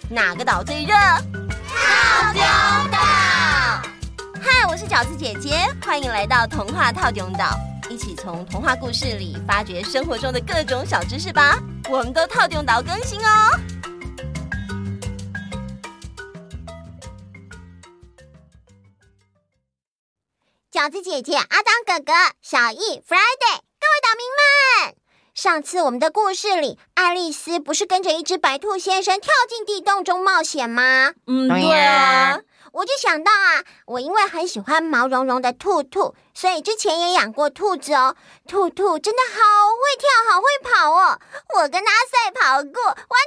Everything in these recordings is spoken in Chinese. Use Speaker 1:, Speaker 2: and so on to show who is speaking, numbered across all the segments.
Speaker 1: 哪个岛最热？
Speaker 2: 套中岛。
Speaker 1: 嗨，我是饺子姐姐，欢迎来到童话套中岛，一起从童话故事里发掘生活中的各种小知识吧。我们都套中岛更新哦。
Speaker 2: 饺子姐姐、阿当哥哥、小易、Friday， 各位岛民们，上次我们的故事里，爱丽丝不是跟着一只白兔先生跳进地洞中冒险吗？
Speaker 1: 对啊。
Speaker 2: 我就想到啊，我因为很喜欢毛茸茸的兔兔，所以之前也养过兔子哦。兔兔真的好会跳，好会跑哦！我跟他赛跑过，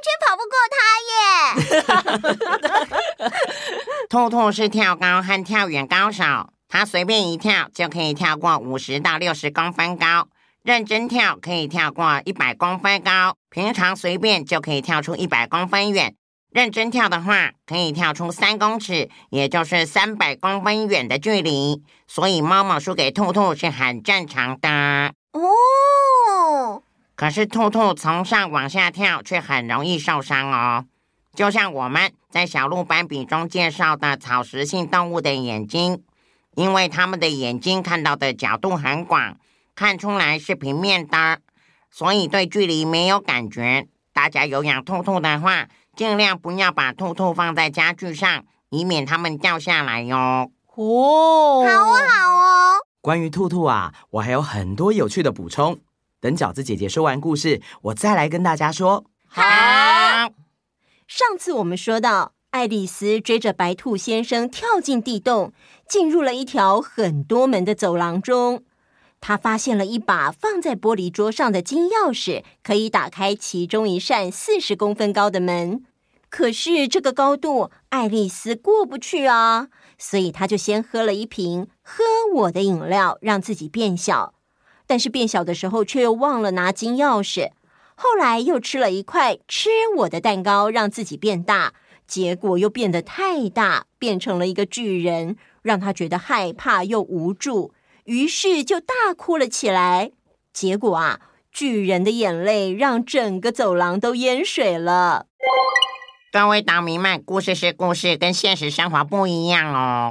Speaker 2: 完全跑不过他耶。
Speaker 3: 兔兔是跳高和跳远高手，它随便一跳就可以跳过50到60公分高，认真跳可以跳过100公分高，平常随便就可以跳出100公分远。认真跳的话，可以跳出3公尺，也就是300公分远的距离。所以猫猫输给兔兔是很正常的。
Speaker 2: 哦，
Speaker 3: 可是兔兔从上往下跳却很容易受伤哦。就像我们在小鹿斑比中介绍的草食性动物的眼睛，因为它们的眼睛看到的角度很广，看出来是平面的，所以对距离没有感觉。大家有养兔兔的话，尽量不要把兔兔放在家具上，以免它们掉下来哟。
Speaker 2: 好哦。
Speaker 4: 关于兔兔啊，我还有很多有趣的补充。等饺子姐姐说完故事，我再来跟大家说。
Speaker 3: 好。
Speaker 1: 上次我们说到，爱丽丝追着白兔先生跳进地洞，进入了一条很多门的走廊中。她发现了一把放在玻璃桌上的金钥匙，可以打开其中一扇40公分高的门。可是这个高度，爱丽丝过不去啊，所以她就先喝了一瓶喝我的饮料，让自己变小。但是变小的时候却又忘了拿金钥匙。后来又吃了一块吃我的蛋糕，让自己变大，结果又变得太大，变成了一个巨人，让她觉得害怕又无助。于是就大哭了起来，结果啊，巨人的眼泪让整个走廊都淹水了。
Speaker 3: 各位岛民们，故事是故事，跟现实生活不一样哦。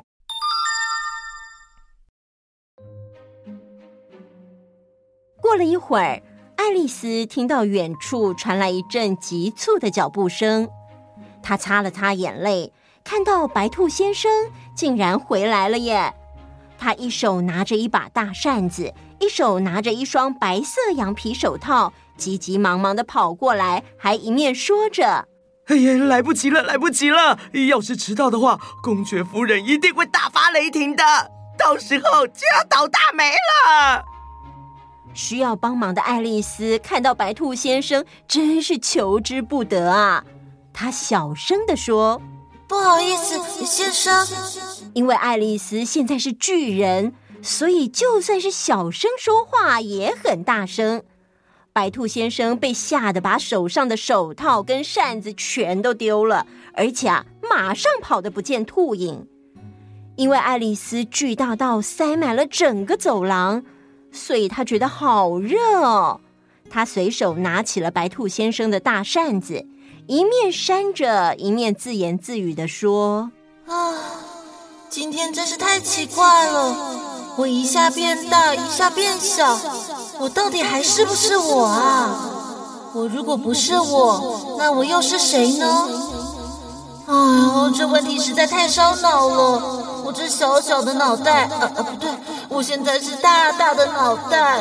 Speaker 1: 过了一会儿，爱丽丝听到远处传来一阵急促的脚步声，她擦了擦眼泪，看到白兔先生竟然回来了耶。他一手拿着一把大扇子，一手拿着一双白色羊皮手套，急急忙忙地跑过来，还一面说着：
Speaker 4: 哎呀，来不及了，来不及了！要是迟到的话，公爵夫人一定会大发雷霆的，到时候就要倒大霉了。
Speaker 1: 需要帮忙的爱丽丝看到白兔先生，真是求之不得啊！她小声地说：
Speaker 5: 不好意思，先生。
Speaker 1: 因为爱丽丝现在是巨人，所以就算是小声说话也很大声。白兔先生被吓得把手上的手套跟扇子全都丢了，而且马上跑得不见兔影。因为爱丽丝巨大到塞满了整个走廊，所以他觉得好热哦。他随手拿起了白兔先生的大扇子，一面扇着，一面自言自语地说：
Speaker 5: 今天真是太奇怪了，我一下变大，一下变小，我到底还是不是我啊？我如果不是我，那我又是谁呢？这问题实在太烧脑了。我这小小的脑袋，不对，我现在是大大的脑袋。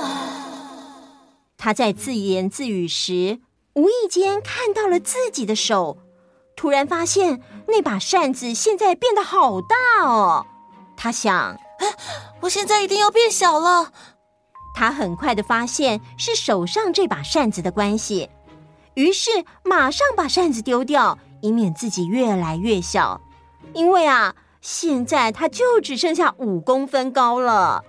Speaker 1: 他在自言自语时，无意间看到了自己的手，突然发现那把扇子现在变得好大哦。他想，
Speaker 5: 我现在一定要变小了。
Speaker 1: 他很快的发现是手上这把扇子的关系，于是马上把扇子丢掉，以免自己越来越小。因为现在他就只剩下5公分高了。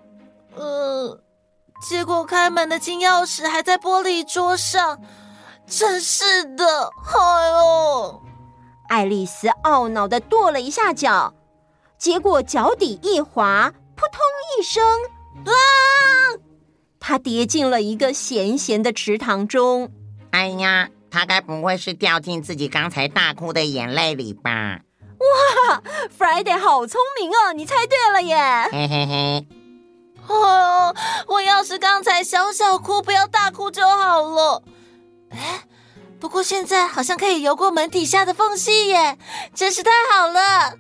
Speaker 5: 结果开门的金钥匙还在玻璃桌上，真是的，
Speaker 1: 爱丽丝懊恼地跺了一下脚，结果脚底一滑，扑通一声，她跌进了一个咸咸的池塘中。
Speaker 3: 哎呀， 他该不会是掉进自己刚才大哭的眼泪里吧？
Speaker 1: 哇 ，Friday 好聪明哦，你猜对了耶！
Speaker 3: 嘿嘿嘿。
Speaker 5: 哦，我要是刚才小小哭，不要大哭就好了。哎，不过现在好像可以游过门底下的缝隙耶，真是太好了。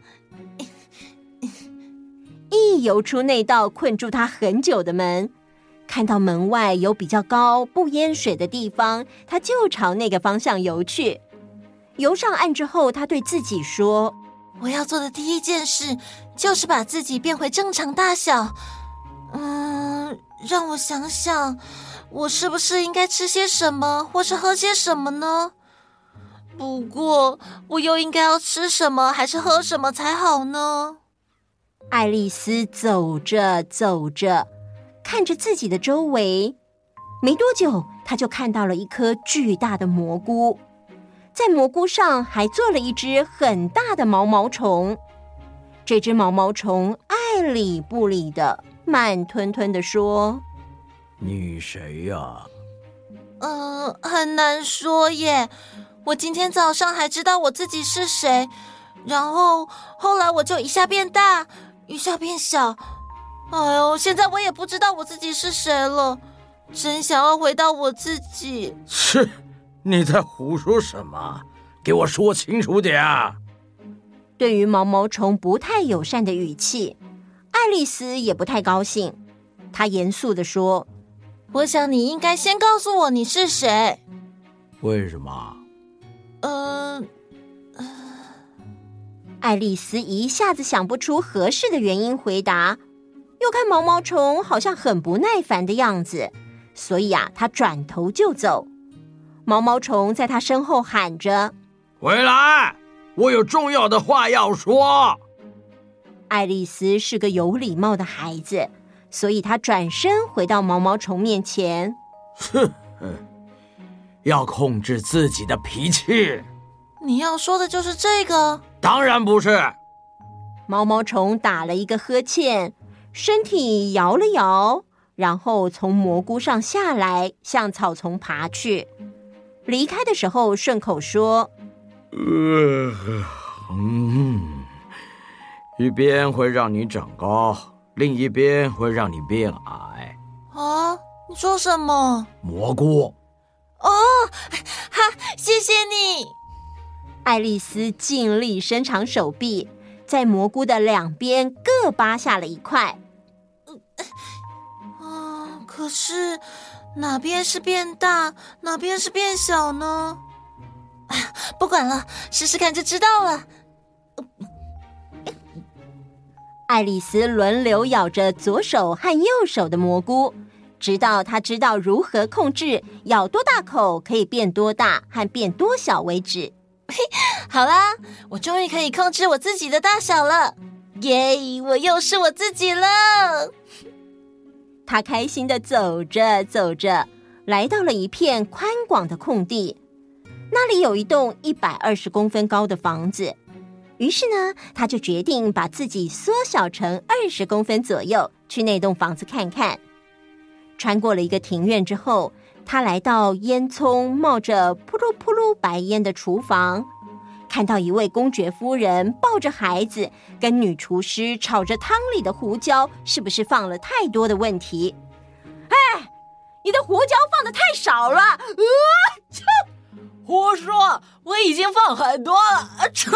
Speaker 1: 一游出那道困住他很久的门，看到门外有比较高不淹水的地方，他就朝那个方向游去。游上岸之后，他对自己说：
Speaker 5: 我要做的第一件事就是把自己变回正常大小。让我想想，我是不是应该吃些什么，或是喝些什么呢？不过，我又应该要吃什么，还是喝什么才好呢？
Speaker 1: 爱丽丝走着走着，看着自己的周围，没多久，她就看到了一颗巨大的蘑菇，在蘑菇上还坐了一只很大的毛毛虫。这只毛毛虫爱理不理的，慢吞吞地说：
Speaker 6: 你谁呀？
Speaker 5: 很难说耶。我今天早上还知道我自己是谁，然后后来我就一下变大，一下变小。哎呦，现在我也不知道我自己是谁了，真想要回到我自己。
Speaker 6: 切，你在胡说什么？给我说清楚点啊！
Speaker 1: 对于毛毛虫不太友善的语气，爱丽丝也不太高兴。她严肃地说：
Speaker 5: 我想你应该先告诉我你是谁。
Speaker 6: 为什么？
Speaker 1: 爱丽丝一下子想不出合适的原因回答，又看毛毛虫好像很不耐烦的样子，所以她转头就走。毛毛虫在她身后喊着：
Speaker 6: 回来，我有重要的话要说。
Speaker 1: 爱丽丝是个有礼貌的孩子，所以她转身回到毛毛虫面前。
Speaker 6: 要控制自己的脾气。
Speaker 5: 你要说的就是这个？
Speaker 6: 当然不是。
Speaker 1: 毛毛虫打了一个呵欠，身体摇了摇，然后从蘑菇上下来，向草丛爬去。离开的时候顺口说：
Speaker 6: 一边会让你长高，另一边会让你变矮。
Speaker 5: 啊，你说什么？
Speaker 6: 蘑菇。
Speaker 5: 哦，哈，谢谢你。
Speaker 1: 爱丽丝尽力伸长手臂，在蘑菇的两边各扒下了一块。
Speaker 5: 可是哪边是变大，哪边是变小呢？不管了，试试看就知道了。
Speaker 1: 爱丽丝轮流咬着左手和右手的蘑菇，直到她知道如何控制咬多大口可以变多大和变多小为止。
Speaker 5: 好啦，我终于可以控制我自己的大小了，耶！我又是我自己了。
Speaker 1: 她开心地走着走着，来到了一片宽广的空地，那里有一栋120公分高的房子。于是呢，她就决定把自己缩小成20公分左右，去那栋房子看看。穿过了一个庭院之后，他来到烟囱冒着扑噜扑噜白烟的厨房，看到一位公爵夫人抱着孩子，跟女厨师吵着汤里的胡椒是不是放了太多的问题。哎，你的胡椒放得太少了！
Speaker 4: 胡说，我已经放很多了。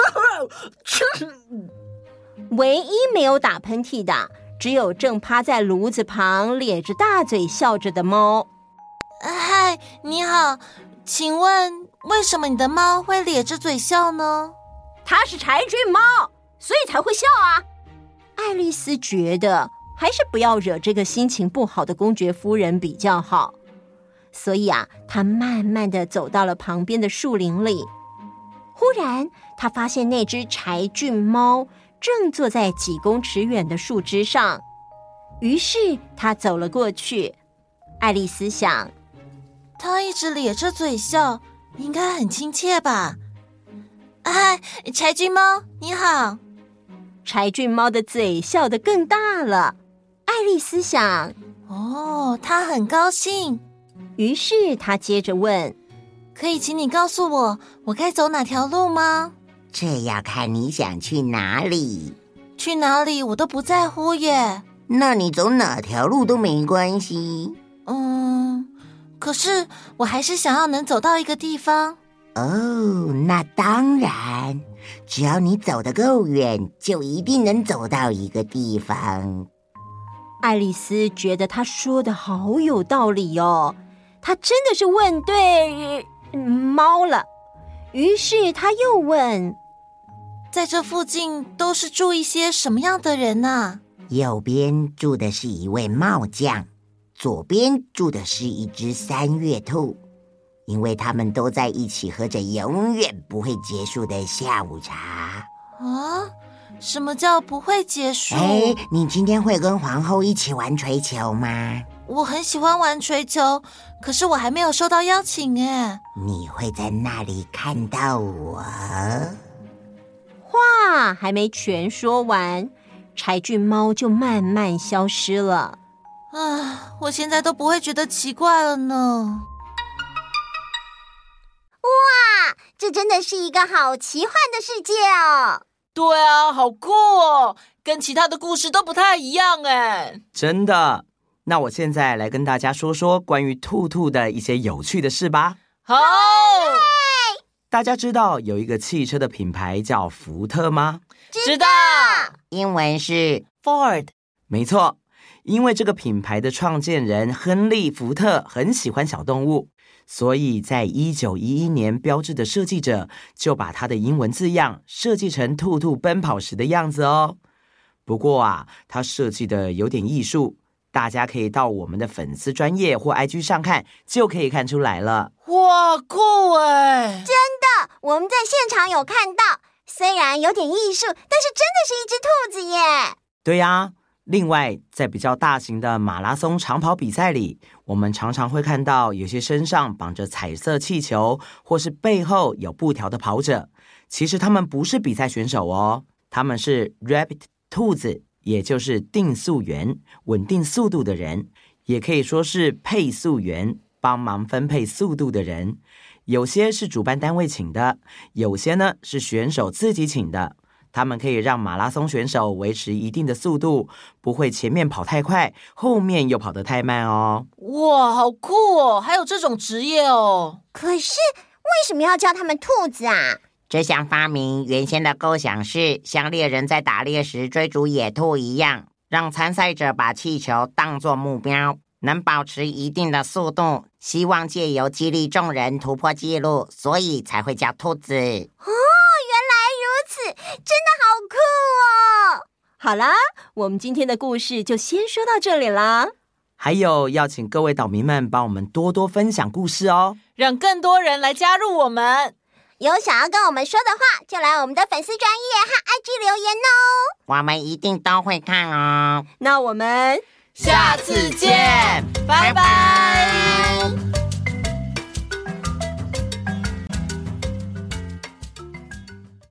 Speaker 1: 唯一没有打喷嚏的，只有正趴在炉子旁咧着大嘴笑着的猫。
Speaker 5: 嗨，你好，请问为什么你的猫会咧着嘴笑呢？
Speaker 1: 它是柴郡猫，所以才会笑啊。爱丽丝觉得还是不要惹这个心情不好的公爵夫人比较好，所以她慢慢地走到了旁边的树林里。忽然，她发现那只柴郡猫正坐在几公尺远的树枝上，于是她走了过去。爱丽丝想，
Speaker 5: 他一直咧着嘴笑，应该很亲切吧？嗨，柴郡猫，你好。
Speaker 1: 柴郡猫的嘴笑得更大了。爱丽丝想，
Speaker 5: 哦，他很高兴。
Speaker 1: 于是她接着问：
Speaker 5: 可以请你告诉我该走哪条路吗？
Speaker 7: 这要看你想去哪里。
Speaker 5: 去哪里我都不在乎耶。
Speaker 7: 那你走哪条路都没关系。
Speaker 5: 可是我还是想要能走到一个地方。
Speaker 7: 哦，那当然，只要你走得够远，就一定能走到一个地方。
Speaker 1: 爱丽丝觉得他说的好有道理哦，她真的是问对猫了。于是她又问，
Speaker 5: 在这附近都是住一些什么样的人啊？
Speaker 7: 右边住的是一位帽匠，左边住的是一只3月兔，因为他们都在一起喝着永远不会结束的下午茶。
Speaker 5: 啊？什么叫不会结束？
Speaker 7: 你今天会跟皇后一起玩槌球吗？
Speaker 5: 我很喜欢玩槌球，可是我还没有收到邀请耶。
Speaker 7: 你会在那里看到我。
Speaker 1: 话还没全说完，柴郡猫就慢慢消失了。
Speaker 5: 我现在都不会觉得奇怪了呢。
Speaker 2: 哇，这真的是一个好奇幻的世界哦！
Speaker 8: 对啊，好酷哦，跟其他的故事都不太一样哎。
Speaker 4: 真的。那我现在来跟大家说说关于兔兔的一些有趣的事吧。
Speaker 8: 好，
Speaker 4: 大家知道有一个汽车的品牌叫福特吗？
Speaker 8: 知道。
Speaker 7: 英文是
Speaker 8: Ford。
Speaker 4: 没错，因为这个品牌的创建人亨利·福特很喜欢小动物，所以在1911年标志的设计者就把他的英文字样设计成兔兔奔跑时的样子哦。不过他设计的有点艺术，大家可以到我们的粉丝专页或 IG 上看，就可以看出来了。
Speaker 8: 哇，酷哎！
Speaker 2: 真的，我们在现场有看到，虽然有点艺术，但是真的是一只兔子耶。
Speaker 4: 对呀。另外，在比较大型的马拉松长跑比赛里，我们常常会看到有些身上绑着彩色气球，或是背后有布条的跑者。其实他们不是比赛选手哦，他们是 Rabbit 兔子，也就是定速员，稳定速度的人，也可以说是配速员，帮忙分配速度的人。有些是主办单位请的，有些呢是选手自己请的。他们可以让马拉松选手维持一定的速度，不会前面跑太快，后面又跑得太慢哦。
Speaker 8: 哇，好酷哦，还有这种职业哦。
Speaker 2: 可是为什么要叫他们兔子啊？
Speaker 3: 这项发明原先的构想是像猎人在打猎时追逐野兔一样，让参赛者把气球当作目标，能保持一定的速度，希望借由激励众人突破纪录，所以才会叫兔子。
Speaker 2: 真的好酷哦！
Speaker 1: 好啦，我们今天的故事就先说到这里啦。
Speaker 4: 还有要请各位岛民们帮我们多多分享故事哦，
Speaker 8: 让更多人来加入我们。
Speaker 2: 有想要跟我们说的话，就来我们的粉丝专页和 IG 留言哦。
Speaker 3: 我们一定都会看哦。
Speaker 1: 那我们
Speaker 8: 下次见。